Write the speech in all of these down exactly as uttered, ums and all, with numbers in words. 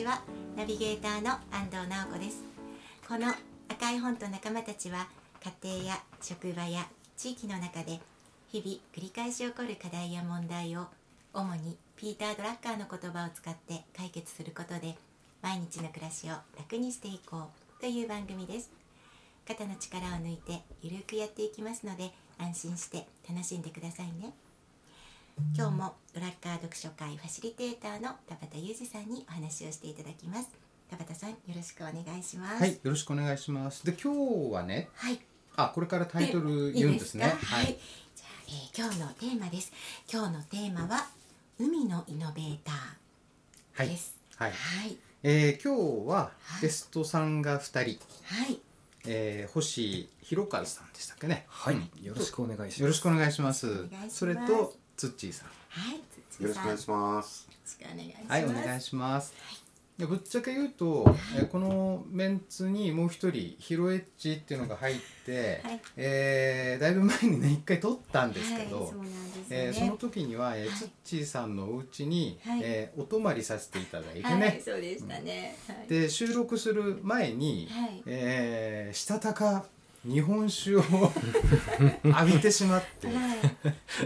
は。ナビゲーターの安藤直子です。この赤い本と仲間たちは、家庭や職場や地域の中で日々繰り返し起こる課題や問題を主にピーター・ドラッカーの言葉を使って解決することで、毎日の暮らしを楽にしていこうという番組です。肩の力を抜いてゆるくやっていきますので、安心して楽しんでくださいね。今日もドラッカー読書会ファシリテーターの田畑裕二さんにお話をしていただきます。田畑さん、よろしくお願いします。 はい、よろしくお願いします。で、今日はね、 はい、 あ、これからタイトル言うんですね。 いいですか？はい、はい、じゃあ、えー、今日のテーマです。今日のテーマは海のイノベーターです。 はい、はいはい、 えー、今日はゲストさんがふたり、 はい、 えー、星弘和さんでしたっけね。 はい、よろしくお願いします。 よろしくお願いします。 お願いします。 それとツッチーさん、 はい、ツッチーさん、 よろしくお願いします。 よろしくお願いします。 はい、お願いします。 はい、 でぶっちゃけ言うと、えー、このメンツにもう一人ヒロエッジっていうのが入って、 はい、 えー、だいぶ前にね一回撮ったんですけど、 はい、そうなんですね。 えー、その時には、えーはい、 ツッチーさんのお家に、 はい、 えー、お泊まりさせていただいてね、 はい、そうでしたね。はい、 で収録する前に、 はい、 えー、したたか日本酒を浴びてしまって、はい、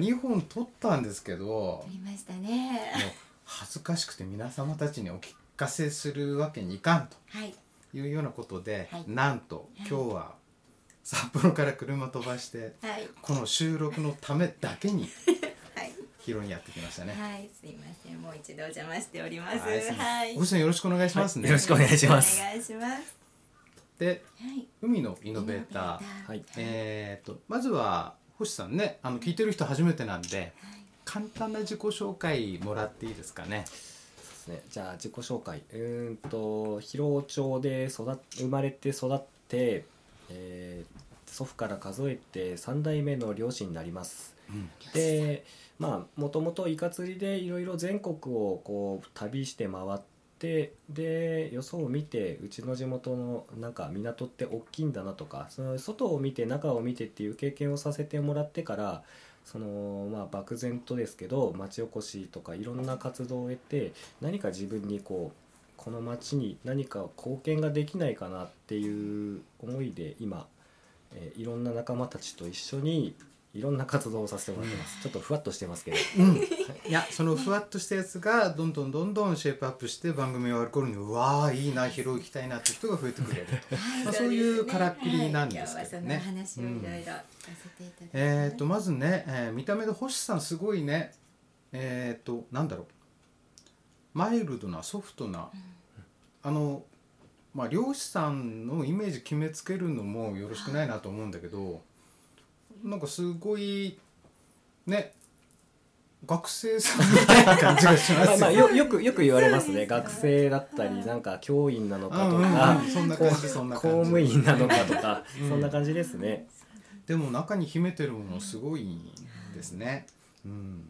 にほん撮ったんですけど、 撮りましたね。 もう恥ずかしくて皆様たちにお聞かせするわけにいかんというようなことで、はい、なんと今日は札幌から車飛ばして、はい、この収録のためだけに広にやってきましたね。 はい、すいません、もう一度お邪魔しております。はい、 ごさんよろしくお願いしますね。 はい、よろしくお願いします。 お願いします。 で、 はい、 海のイノベーター、 はい、 えー、とまずは星さんね、あの聞いてる人初めてなんで、はい、簡単な自己紹介もらっていいですかね。 そうですね、じゃあ自己紹介、うーんと広尾町で育っ生まれて育って、えー、祖父から数えてさん代目の漁師になります。うん、で、まあもともとイカ釣りでいろいろ全国をこう旅して回ってで, でよそを見て、うちの地元のなんか港って大きいんだなとか、その外を見て中を見てっていう経験をさせてもらってから、そのまあ漠然とですけど町おこしとかいろんな活動を得て、何か自分にこうこの町に何か貢献ができないかなっていう思いで今、えー、いろんな仲間たちと一緒にいろんな活動をさせてもらってます。ちょっとふわっとしてますけど、 うん、いやそのふわっとしたやつがどんどんどんどんシェイプアップして番組が終わる頃に、うわーいいな、広い行きたいなって人が増えてくれるとまあそういうからくりなんですけどね。 はい、今日はその話をいろいろさせていただきます。 えーとまずね、えー、見た目で星さんすごいね、えーとなんだろう、マイルドなソフトな、うん、あのまあ漁師さんのイメージ決めつけるのもよろしくないなと思うんだけど、なんかすごいね、学生さんみたいな感じがしますよね。 まあ、よ, よくよく言われますね。学生だったり、なんか教員なのかとか、 そんな感じ、そんな感じ、 公務員なのかとか、うん、そんな感じですね。 でも中に秘めてるものすごいですね。うん、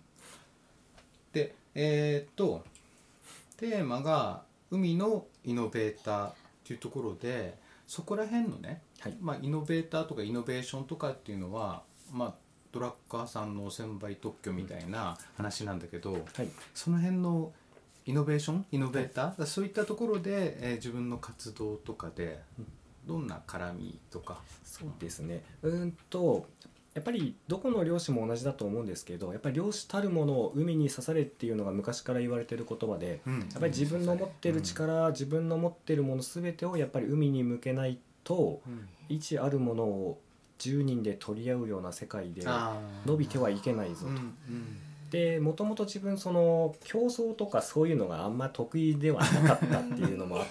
で、えー、っとテーマが海のイノベーターっていうところで、そこら辺のね、はい、まあ、イノベーターとかイノベーションとかっていうのは、まあ、ドラッカーさんの専売特許みたいな話なんだけど、はい、その辺のイノベーション、イノベーター、はい、そういったところで、えー、自分の活動とかでどんな絡みとか。 そうですね、うんとやっぱりどこの漁師も同じだと思うんですけど、やっぱり漁師たるものを海に刺されっていうのが昔から言われている言葉で、うん、やっぱり自分の持ってる力、うん、自分の持ってるもの全てをやっぱり海に向けないと、うん、一あるものをじゅうにんで取り合うような世界で伸びてはいけないぞと、うんうん、でもともと自分その競争とかそういうのがあんま得意ではなかったっていうのもあって、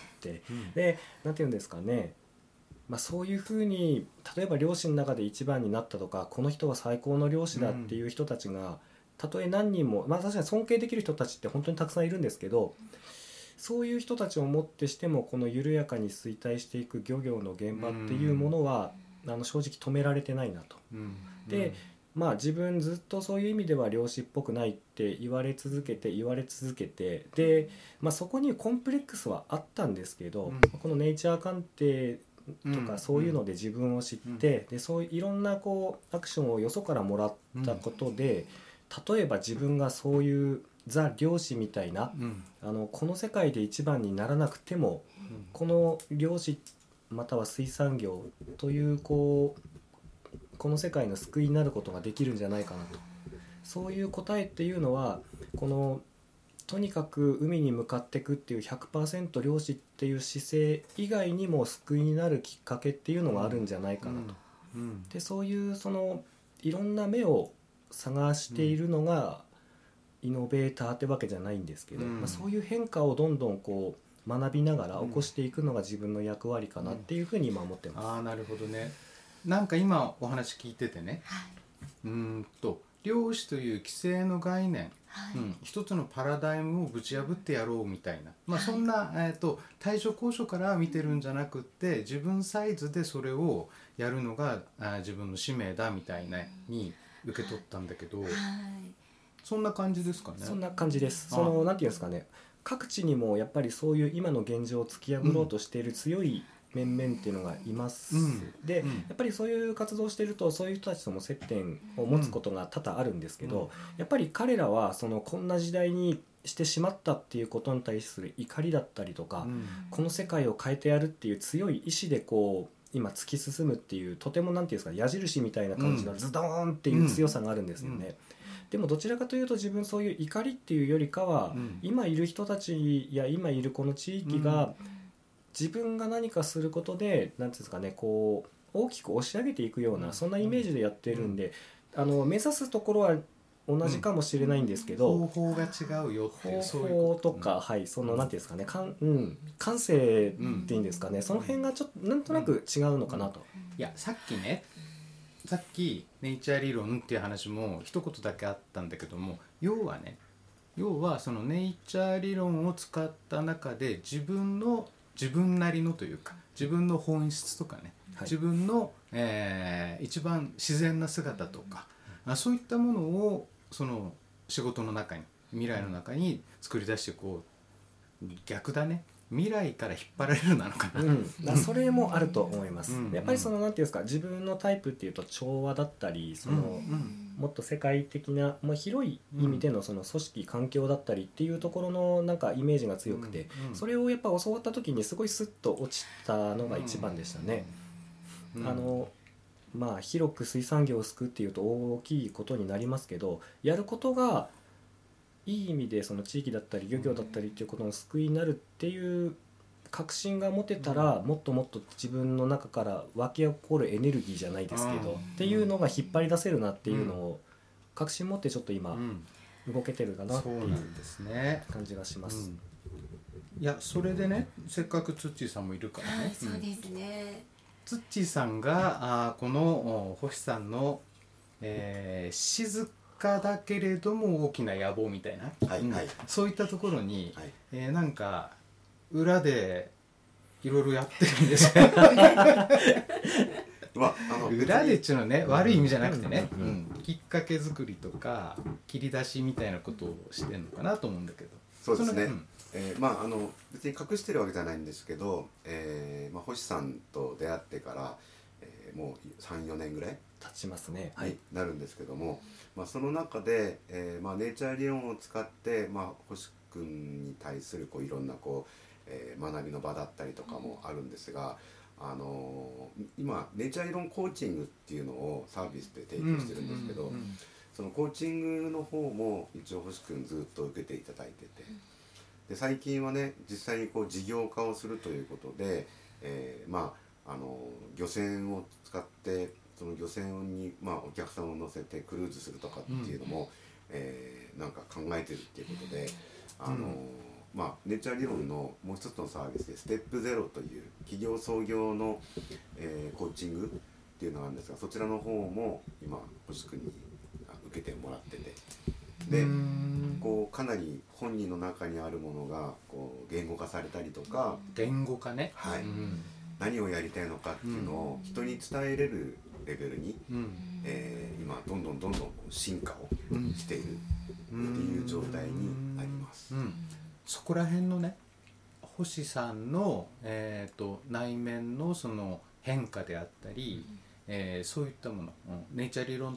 うん、でなんていうんですかね、まあ、そういうふうに例えば漁師の中で一番になったとか、この人は最高の漁師だっていう人たちが、たとえ何人も、まあ、確かに尊敬できる人たちって本当にたくさんいるんですけど、そういう人たちをもってしてもこの緩やかに衰退していく漁業の現場っていうものは、あの正直止められてないなと、うんうん、でまあ自分ずっとそういう意味では漁師っぽくないって言われ続けて言われ続けて、で、まあ、そこにコンプレックスはあったんですけど、うん、このネイチャー鑑定とかそういうので自分を知って、でそういういろんなこうアクションをよそからもらったことで、例えば自分がそういうザ漁師みたいな、 うん、 あのこの世界で一番にならなくても、うん、この漁師または水産業というこうこの世界の救いになることができるんじゃないかなと。そういう答えっていうのはこのとにかく海に向かっていくっていう ひゃくパーセント 漁師っていう姿勢以外にも救いになるきっかけっていうのがあるんじゃないかなと、うんうん、でそういうそのいろんな目を探しているのがイノベーターってわけじゃないんですけど、うんまあ、そういう変化をどんどんこう学びながら起こしていくのが自分の役割かなっていうふうに今思ってます、 うん、ああなるほどね。なんか今お話聞いててね、はい、うーんと漁師という規制の概念、はいうん、一つのパラダイムをぶち破ってやろうみたいな、まあ、そんな、はいえー、と対処交渉から見てるんじゃなくって自分サイズでそれをやるのがあ自分の使命だみたいなに受け取ったんだけど、はい、そんな感じですかね。 そんな感じです。そのなんていうんですかね、各地にもやっぱりそういう今の現状を突き破ろうとしている強い面々っていうのがいます、うん、で、うん、やっぱりそういう活動をしているとそういう人たちとも接点を持つことが多々あるんですけど、うん、やっぱり彼らはそのこんな時代にしてしまったっていうことに対する怒りだったりとか、うん、この世界を変えてやるっていう強い意志でこう今突き進むっていうとてもなんていうんですか矢印みたいな感じのズドーンっていう強さがあるんですよね、でもどちらかというと自分そういう怒りっていうよりかは、うん、今いる人たちや今いるこの地域が、うん自分が何かすることでなんていうんですかねこう大きく押し上げていくようなそんなイメージでやってるんで、あの目指すところは同じかもしれないんですけど、 うん、方法が違うよっていう方法とか、はいそのなんていうんですかねかん、うん、感性っていうんですかね、その辺がちょっとなんとなく違うのかなと、 いやさっきねさっきネイチャー理論っていう話も一言だけあったんだけども、要はね要はそのネイチャー理論を使った中で自分の自分なりのというか自分の本質とかね、はい、自分の、えー、一番自然な姿とか、うん、あそういったものをその仕事の中に未来の中に作り出してこう逆だね未来から引っ張られるなのかな、 うん、だそれもあると思います、うん、やっぱりそのなんていうんですか自分のタイプっていうと調和だったりその、うん、もっと世界的な、まあ、広い意味でのその組織環境だったりっていうところのなんかイメージが強くて、うん、それをやっぱ教わった時にすごいスッと落ちたのが一番でしたね、うん、あのまあ広く水産業を救うっていうと大きいことになりますけどやることがいい意味でその地域だったり漁業だったりっていうことの救いになるっていう確信が持てたら、うん、もっともっと自分の中から湧き起こるエネルギーじゃないですけど、うん、っていうのが引っ張り出せるなっていうのを確信持ってちょっと今、うん、動けてるかなっていう感じがします、 うん、いやそれでねせっかくツッチーさんもいるからね、 はい、そうですね、 ツッチーさんがあこの星さんの、えー、静かだけれども大きな野望みたいな、 はいはい、 そういったところに、はいえー、なんか裏でいろいろやってるんですよまあ、あの裏でっちゅうのね、うん、悪い意味じゃなくてね、うんうん、きっかけ作りとか切り出しみたいなことをしてるのかなと思うんだけど。 そうですね、うんえー、まああの別に隠してるわけじゃないんですけど、えーまあ、星さんと出会ってから、えー、もう さん,よ 年ぐらい経ちますね、 はい、なるんですけども、まあ、その中で、えーまあ、ネイチャー理論を使って、まあ、星くんに対するこういろんなこうえー、学びの場だったりとかもあるんですが、あのー、今ネイチャー理論コーチングっていうのをサービスで提供してるんですけど、うんうんうん、そのコーチングの方も一応星くんずっと受けていただいてて、で最近はね実際にこう事業化をするということで、えー、まああの漁船を使ってその漁船に、まあ、お客さんを乗せてクルーズするとかっていうのも、うんえー、なんか考えてるっていうことで、あのーうんまあ、ネイチャー理論のもう一つのサービスでステップゼロという企業創業の、えー、コーチングっていうのがあるんですが、そちらの方も今星くんに受けてもらってて、でこうかなり本人の中にあるものがこう言語化されたりとか、 言語化ね、 はい、何をやりたいのかっていうのを人に伝えれるレベルに、うんえー、今どんどんどんどん進化をしているっていう状態になります、うんうんそこら辺のね星さんの、えー、と内面のその変化であったり、うんえー、そういったもの、うん、ネイチャー理論との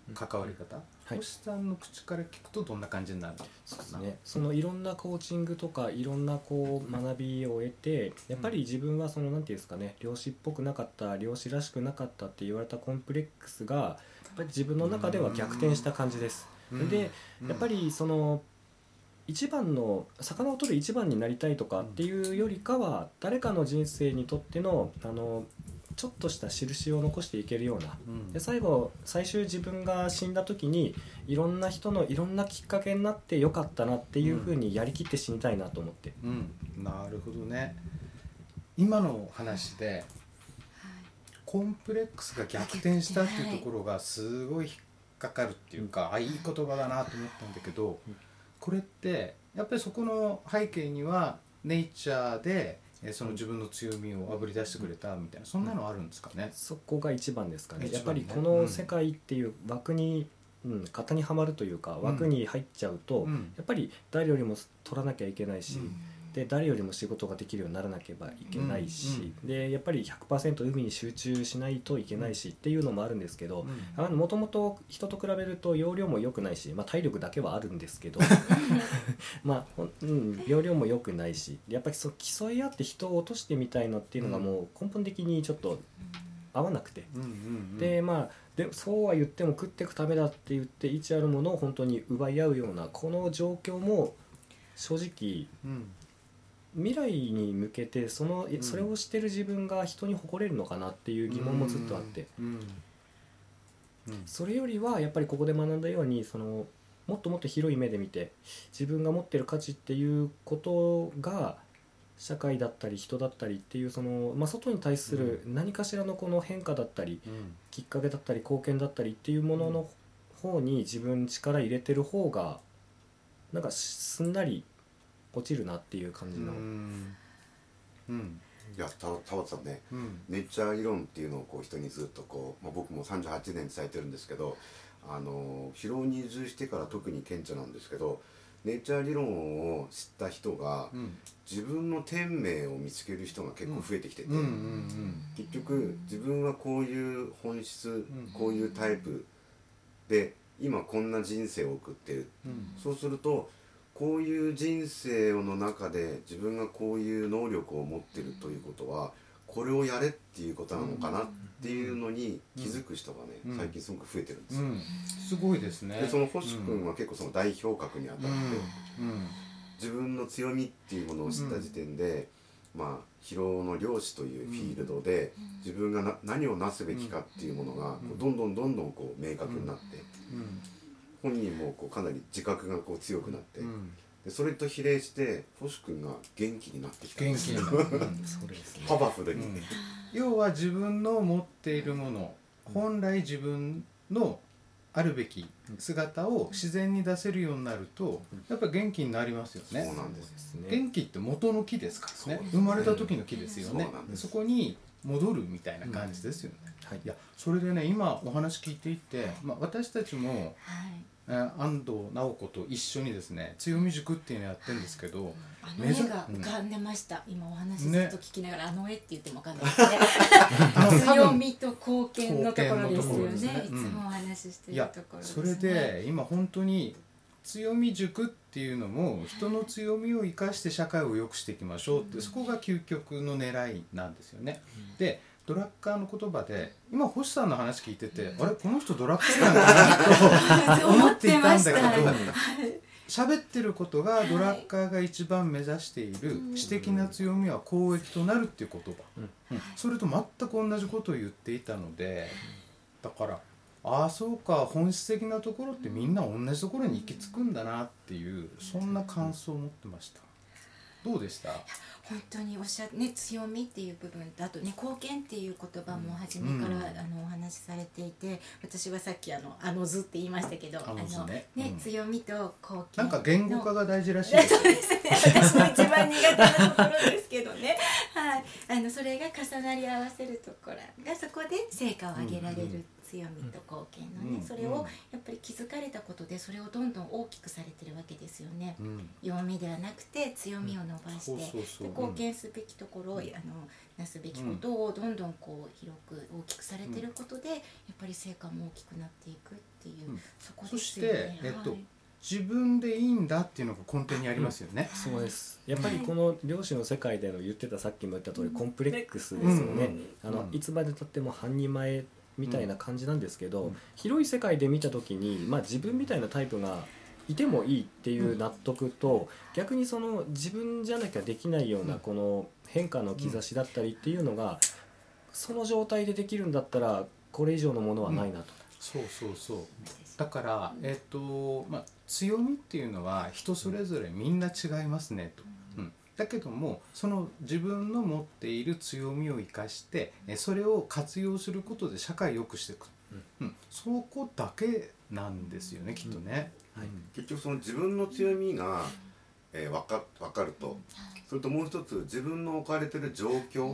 関わり方、 はい、 星さんの口から聞くとどんな感じになるのかな。 そうですね、そのいろんなコーチングとかいろんなこう学びを得て、やっぱり自分はそのなんていうんですかね、漁師っぽくなかった、漁師らしくなかったって言われたコンプレックスがやっぱり自分の中では逆転した感じです。でやっぱりその一番の魚を取る一番になりたいとかっていうよりかは、誰かの人生にとってのあのちょっとした印を残していけるような、うん、で最後最終自分が死んだ時にいろんな人のいろんなきっかけになってよかったなっていう風にやりきって死にたいなと思って、 うんうん、なるほどね。今の話でコンプレックスが逆転したっていうところがすごい引っかかるっていうか、あ、いい言葉だなと思ったんだけど、これってやっぱりそこの背景にはネイチャーでその自分の強みをあぶり出してくれたみたいな、そんなのあるんですかね。 そこが一番ですかね。 一番ね、 やっぱりこの世界っていう枠に、うん、型にはまるというか枠に入っちゃうと、うん、やっぱり誰よりも取らなきゃいけないし、うん、で誰よりも仕事ができるようにならなければいけないし、うん、でやっぱり ひゃくパーセント 海に集中しないといけないし、うん、っていうのもあるんですけど、もともと人と比べると容量も良くないし、まあ、体力だけはあるんですけどまあ、うん、容量も良くないし、やっぱりそう競い合って人を落としてみたいのっていうのがもう根本的にちょっと合わなくて、うんうんうん、でまあでそうは言っても食っていくためだって言って一あるものを本当に奪い合うようなこの状況も正直、うん未来に向けてその、うん、それをしてる自分が人に誇れるのかなっていう疑問もずっとあって、うんうんうん、それよりはやっぱりここで学んだようにそのもっともっと広い目で見て自分が持ってる価値っていうことが社会だったり人だったりっていうその、まあ、外に対する何かしらのこの変化だったり、うん、きっかけだったり貢献だったりっていうものの方に自分力入れてる方がなんかすんなり落ちるなっていう感じの、うんうん、いや田畑さんね、うん、ネイチャー理論っていうのをこう人にずっとこう、まあ、僕もさんじゅうはちねん伝えてるんですけど、あの広尾に移住してから特に顕著なんですけど、ネイチャー理論を知った人が、うん、自分の天命を見つける人が結構増えてきてて、うんうんうんうん、結局自分はこういう本質、うん、こういうタイプで今こんな人生を送ってる、うん、そうするとこういう人生の中で自分がこういう能力を持ってるということはこれをやれっていうことなのかなっていうのに気づく人がね、うん、最近すごく増えてるんですよ、うん、 すごいですね。 でその星君は結構その代表格にあたって、うんうん、自分の強みっていうものを知った時点で、うん、まあ広尾の漁師というフィールドで自分がな何をなすべきかっていうものがこうどんどんどんどんこう明確になって、うんうん本人もこうかなり自覚がこう強くなって、うん、でそれと比例して星君が元気になってきたんですよ。元気になる、うん、そうですね、パワフルに、うん、 要は自分の持っているもの、本来自分のあるべき姿を自然に出せるようになるとやっぱり元気になりますよね。 そうなんですね。 元気って元の木ですからね。生まれた時の木ですよね。そ, そこに戻るみたいな感じですよね、うんはい、いやそれでね今お話聞いていて、まあ、私たちも、はいえー、安藤直子と一緒にですね強み塾っていうのやってるんですけど、はい、 あの絵が浮かんでました、うん、今お話ずっと聞きながら、ね、あの絵って言っても分かんないですね強みと貢献のところですよね、いつもお話ししてるところですね。 いやそれで今本当に強み塾っていうのも人の強みを生かして社会を良くしていきましょうって、そこが究極の狙いなんですよね。でドラッカーの言葉で今星さんの話聞いてて、あれこの人ドラッカーなんだなと思っていたんだけど喋ってることがドラッカーが一番目指している私的な強みは公益となるっていう言葉、うんうん、それと全く同じことを言っていたので、だからああそうか本質的なところってみんな同じところに行き着くんだなっていうそんな感想を持ってました。どうでした？ 本当におっしゃね強みっていう部分とあとね貢献っていう言葉も初めから、うん、あのお話しされていて、私はさっきあのあの図って言いましたけど、あの、ねねうん、強みと貢献なんか言語化が大事らしいですそうですね、私の一番苦手なところですけどねはい、あのそれが重なり合わせるところがそこで成果を上げられる、うんうん、 強みと貢献のね、 うん、 それをやっぱり気づかれたことでそれをどんどん大きくされてるわけですよね、 うん、 弱みではなくて強みを伸ばして、 そうそうそう、 で貢献すべきところを、うん、あのなすべきことをどんどんこう広く大きくされてることで、やっぱり成果も大きくなっていくっていう、うん、そこですよね。 そして、えっと、はい、自分でいいんだっていうのが根底にありますよね、 うん、そうです。やっぱりこの漁師の世界での言ってた、さっきも言った通りコンプレックスですよね、うんうん、あのいつまでたっても半人前みたいな感じなんですけど、うん、広い世界で見た時に、まあ、自分みたいなタイプがいてもいいっていう納得と、うん、逆にその自分じゃなきゃできないようなこの変化の兆しだったりっていうのが、その状態でできるんだったらこれ以上のものはないなと、うん、 そうそうそう。だから、えーとまあ、強みっていうのは人それぞれみんな違いますねと、うん、だけどもその自分の持っている強みを生かしてそれを活用することで社会を良くしていく、うんうん、そこだけなんですよね、きっとね、 うん、はい、結局その自分の強みが、えー、分か、分かると、それともう一つ自分の置かれてる状況、うん、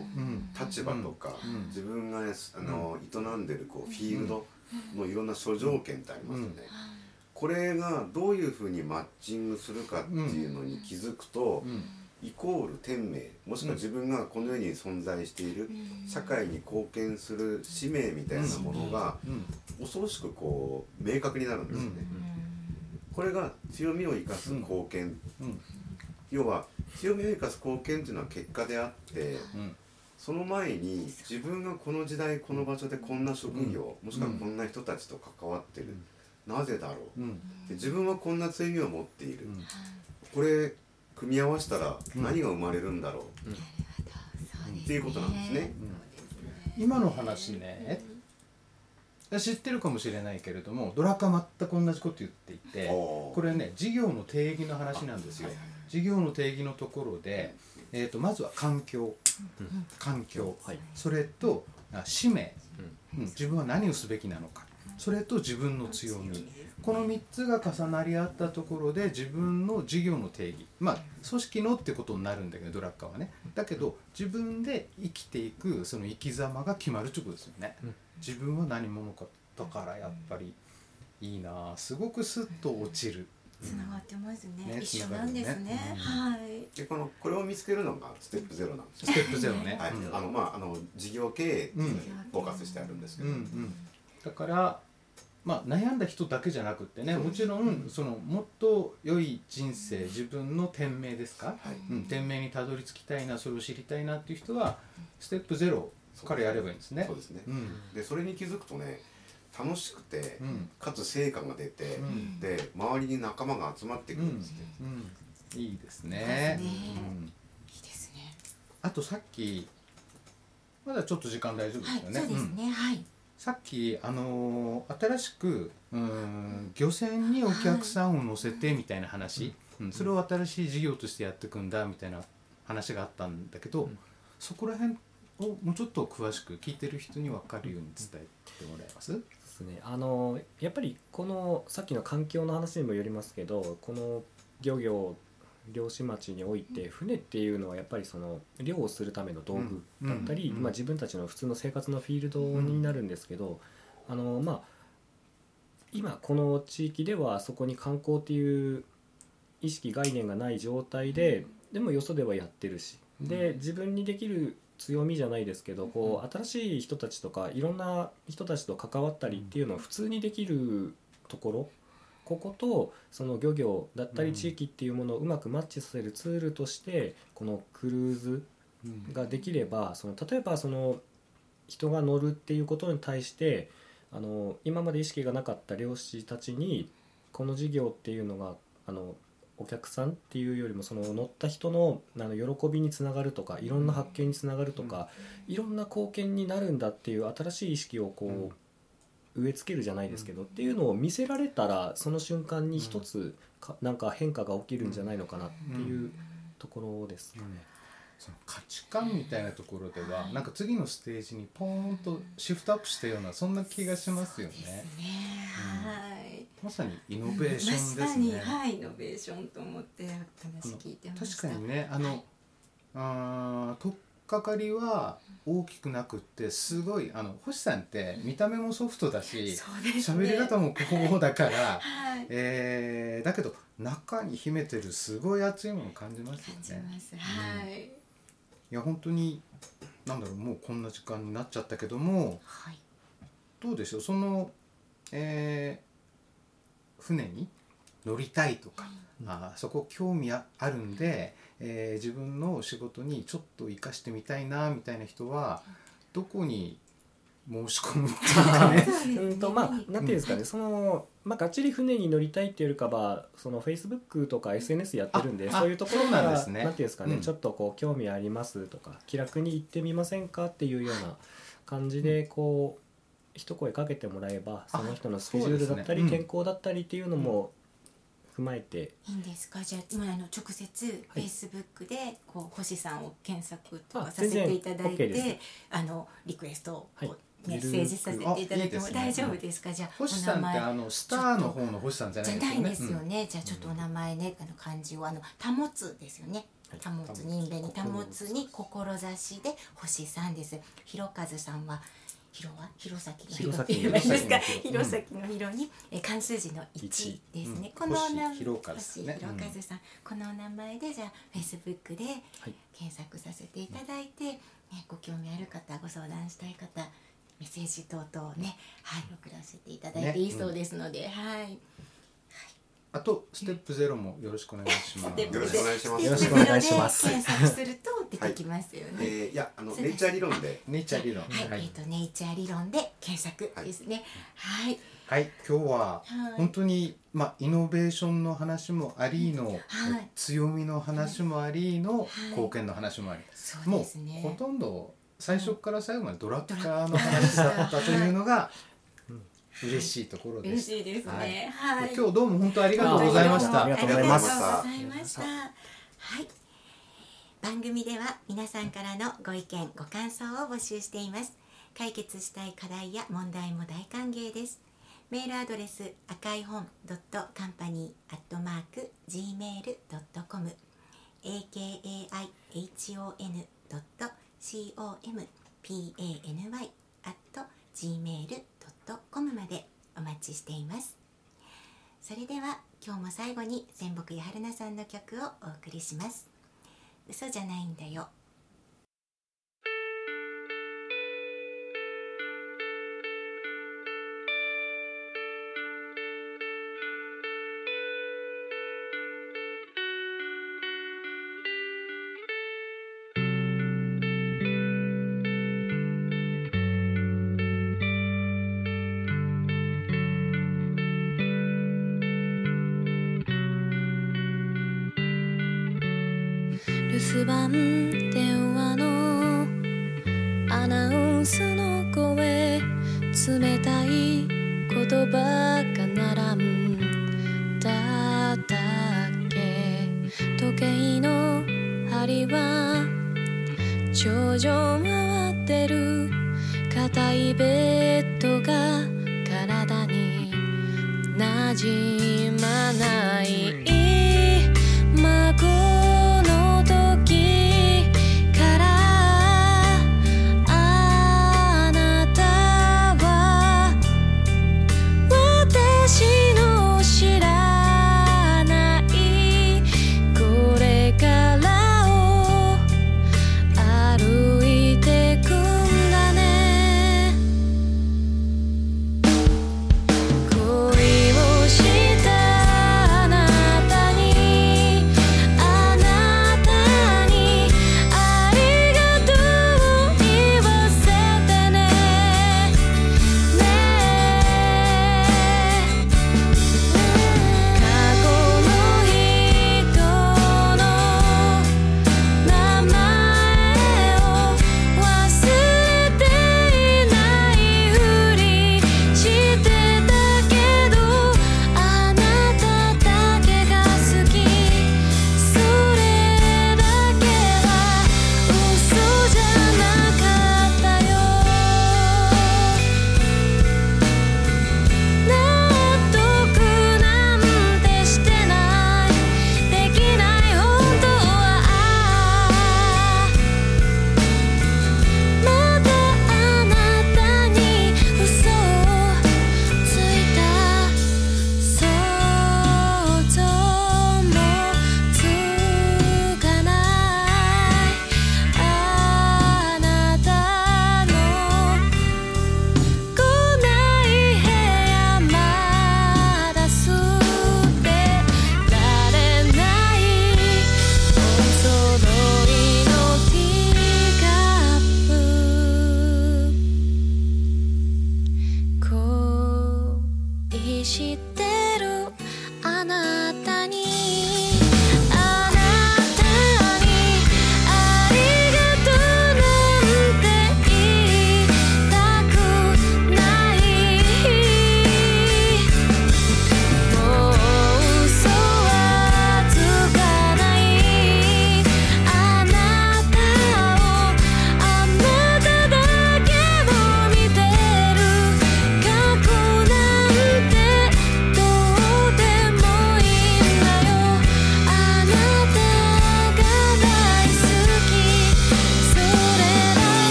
立場とか、うん、自分があの営んでるこうフィールドのいろんな諸条件ってありますよね、うん、これがどういうふうにマッチングするかっていうのに気づくと、うん、イコール天命、もしくは自分がこの世に存在している、うん、社会に貢献する使命みたいなものが、うん、恐ろしくこう明確になるんですよね、うん、これが強みを生かす貢献、うん、要は強みを生かす貢献っていうのは結果であって、うん、その前に自分がこの時代この場所でこんな職業、うん、もしくはこんな人たちと関わってる、うん、なぜだろう、うん、で自分はこんな強みを持っている、うん、これ組み合わせたら何が生まれるんだろう、うん、っていうことなんですね、 うん、今の話ね、知ってるかもしれないけれどもドラッカー全く同じこと言っていて、これね事業の定義の話なんですよ。事業の定義のところで、えー、とまずは環境、うん、環境、はい、それと使命、うん、自分は何をすべきなのか、それと自分の強み、このみっつが重なり合ったところで自分の事業の定義、まあ組織のってことになるんだけどドラッカーはね、だけど自分で生きていくその生き様が決まるってことですよね、うん、自分は何者か。だからやっぱりいいな、すごくスッと落ちる、 つながってますね、ね、一緒なんですね、うん、はい。 でこのこれを見つけるのがステップゼロなんですよ。 ステップゼロね、 はい、うん、あのまああの事業経営っていうのにフォーカスしてあるんですけど、うんうん、 だからまあ悩んだ人だけじゃなくってね、もちろんそのもっと良い人生、自分の天命ですか、はい、うん、天命にたどり着きたいな、それを知りたいなっていう人はステップゼロからやればいいんですね。 そうですね、うん、でそれに気づくとね楽しくて、うん、かつ成果が出て、うん、で周りに仲間が集まってくるんですね、うんうん、いいですね、 いいですね。 あとさっきまだちょっと時間大丈夫ですよね、 はい、そうですね、はい。 さっきあのー、新しくうーん漁船にお客さんを乗せてみたいな話、はいうん、それを新しい事業としてやっていくんだみたいな話があったんだけど、うん、そこら辺をもうちょっと詳しく聞いてる人に分かるように伝えてもらえます？ ですね、あのやっぱりこのさっきの環境の話にもよりますけど、この漁業漁師町において船っていうのはやっぱりその漁をするための道具だったり、うんうんまあ、自分たちの普通の生活のフィールドになるんですけど、あのまあ今この地域ではそこに観光っていう意識概念がない状態で、でもよそではやってるし、で自分にできる強みじゃないですけど、こう新しい人たちとかいろんな人たちと関わったりっていうのを普通にできるところ、こことその漁業だったり地域っていうものをうまくマッチさせるツールとしてこのクルーズができれば、その例えばその人が乗るっていうことに対してあの今まで意識がなかった漁師たちにこの事業っていうのがあのお客さんっていうよりもその乗った人のあの喜びにつながるとか、いろんな発見につながるとか、いろんな貢献になるんだっていう新しい意識をこう植え付けるじゃないですけどっていうのを見せられたら、その瞬間に一つかなんか変化が起きるんじゃないのかなっていうところです。 その価値観みたいなところではなんか次のステージにポーンとシフトアップしたようなそんな気がしますよね。 そうですね、うん、はい。 まさにイノベーションですね。まさに、はい、イノベーションと思って話聞いてました。 確かにね、あの、はい、あとかかりは大きくなくってすごいあの星さんって見た目もソフトだし喋、ね、り方もこうだから、はいえー、だけど中に秘めてるすごい熱いものを感じますよね。 感じます、はい、 いや本当になんだろうもうこんな時間になっちゃったけども、はい、どうでしょうその、えー、船に乗りたいとか、うん、あそこ興味あるんで、えー、自分の仕事にちょっと生かしてみたいなみたいな人はどこに申し込むっていうかねうんとまあなんていうんですかね、うん、そのまあがっちり船に乗りたいっていうよりかはその Facebook とか エスエヌエス やってるんでそういうところからなんていうんですかね、うん、ちょっとこう興味ありますとか気楽に行ってみませんかっていうような感じでこう一声かけてもらえばその人のスケジュールだったり、ねうん、健康だったりっていうのも踏まえていいんですか。じゃあ、まあ、あの直接 Facebook でこう星さんを検索とかさせていただいて あ, あのリクエストを、はい、メッセージさせていただいても大丈夫ですか。じゃあ星さんってあのスターの方の星さんじゃないですよね。 じゃないですよね、うん、じゃあちょっとお名前ねあの漢字をあの保つですよね。保つ人弁に保つに志で星さんです。弘和さんは広は弘前の広って言えばいいですか。弘前の広に、うん、漢数字のいちですね、うん、このお名前弘和さん、ね、 このお名前でじゃあ Facebook で検索させていただいて、はいね、ご興味ある方ご相談したい方メッセージ等々ね、はい、送らせていただいていいそうですので、ねうん、はいあとステップゼロもよろしくお願いします。 よろしくお願いします。 よろしくお願いします。 検索すると出てきますよね。はい、 えー、いやあのネイチャー理論でネイチャー理論、 はい、はい、えっ、ー、とネイチャー理論で検索ですね。はい。 はい、今日は本当にまあイノベーションの話もありの、はい、強みの話もありの、はい、貢献の話もあり、はい、もう、ね、ほとんど最初から最後までドラッカーの話だったというのが。嬉しいところです。 嬉しいですね。はい。 今日どうも本当ありがとうございました。 ありがとうございました。 はい。番組では皆さんからのご意見ご感想を募集しています。解決したい課題や問題も大歓迎です。メールアドレス赤い本ドットカンパニーアットマーク ジーメールドットコム エーケーエーアイエイチオーエヌドットコム ピーエーエヌワイ アット ジーメールドットコム までお待ちしています。それでは今日も最後に仙北やはるなさんの曲をお送りします。嘘じゃないんだよ。 留守番電話のアナウンスの声、冷たい言葉が並んだだけ。時計の針はちょうじょ回ってる。硬いベッドが体になじまない。